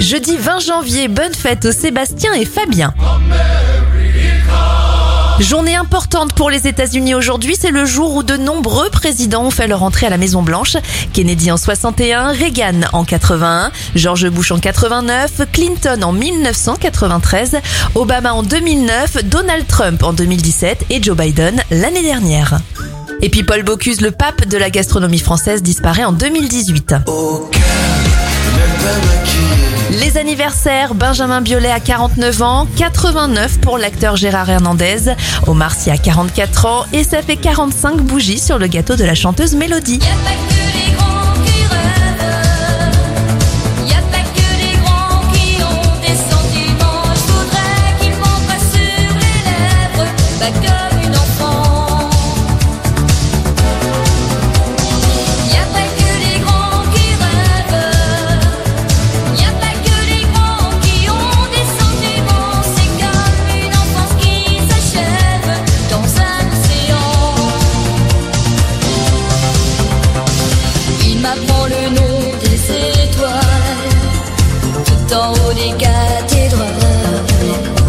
Jeudi 20 janvier, bonne fête aux Sébastien et Fabien. Journée importante pour les États-Unis aujourd'hui, c'est le jour où de nombreux présidents ont fait leur entrée à la Maison-Blanche. Kennedy en 61, Reagan en 81, George Bush en 89, Clinton en 1993, Obama en 2009, Donald Trump en 2017 et Joe Biden l'année dernière. Et puis Paul Bocuse, le pape de la gastronomie française, disparaît en 2018. Les anniversaires, Benjamin Biolay à 49 ans, 89 pour l'acteur Gérard Hernandez, Omar Sy à 44 ans et ça fait 45 bougies sur le gâteau de la chanteuse Mélodie. Y'a pas que les grands qui rêvent, y'a pas que les grands qui ont des sentiments. Je voudrais qu'ils m'embrassent sur les lèvres, pas comme une enfant. Y'a pas que les grands qui rêvent, y'a pas que les grands qui ont des sentiments. C'est comme une enfance qui s'achève dans un océan. Il m'apprend le nom des étoiles, tout en haut des cathédrales.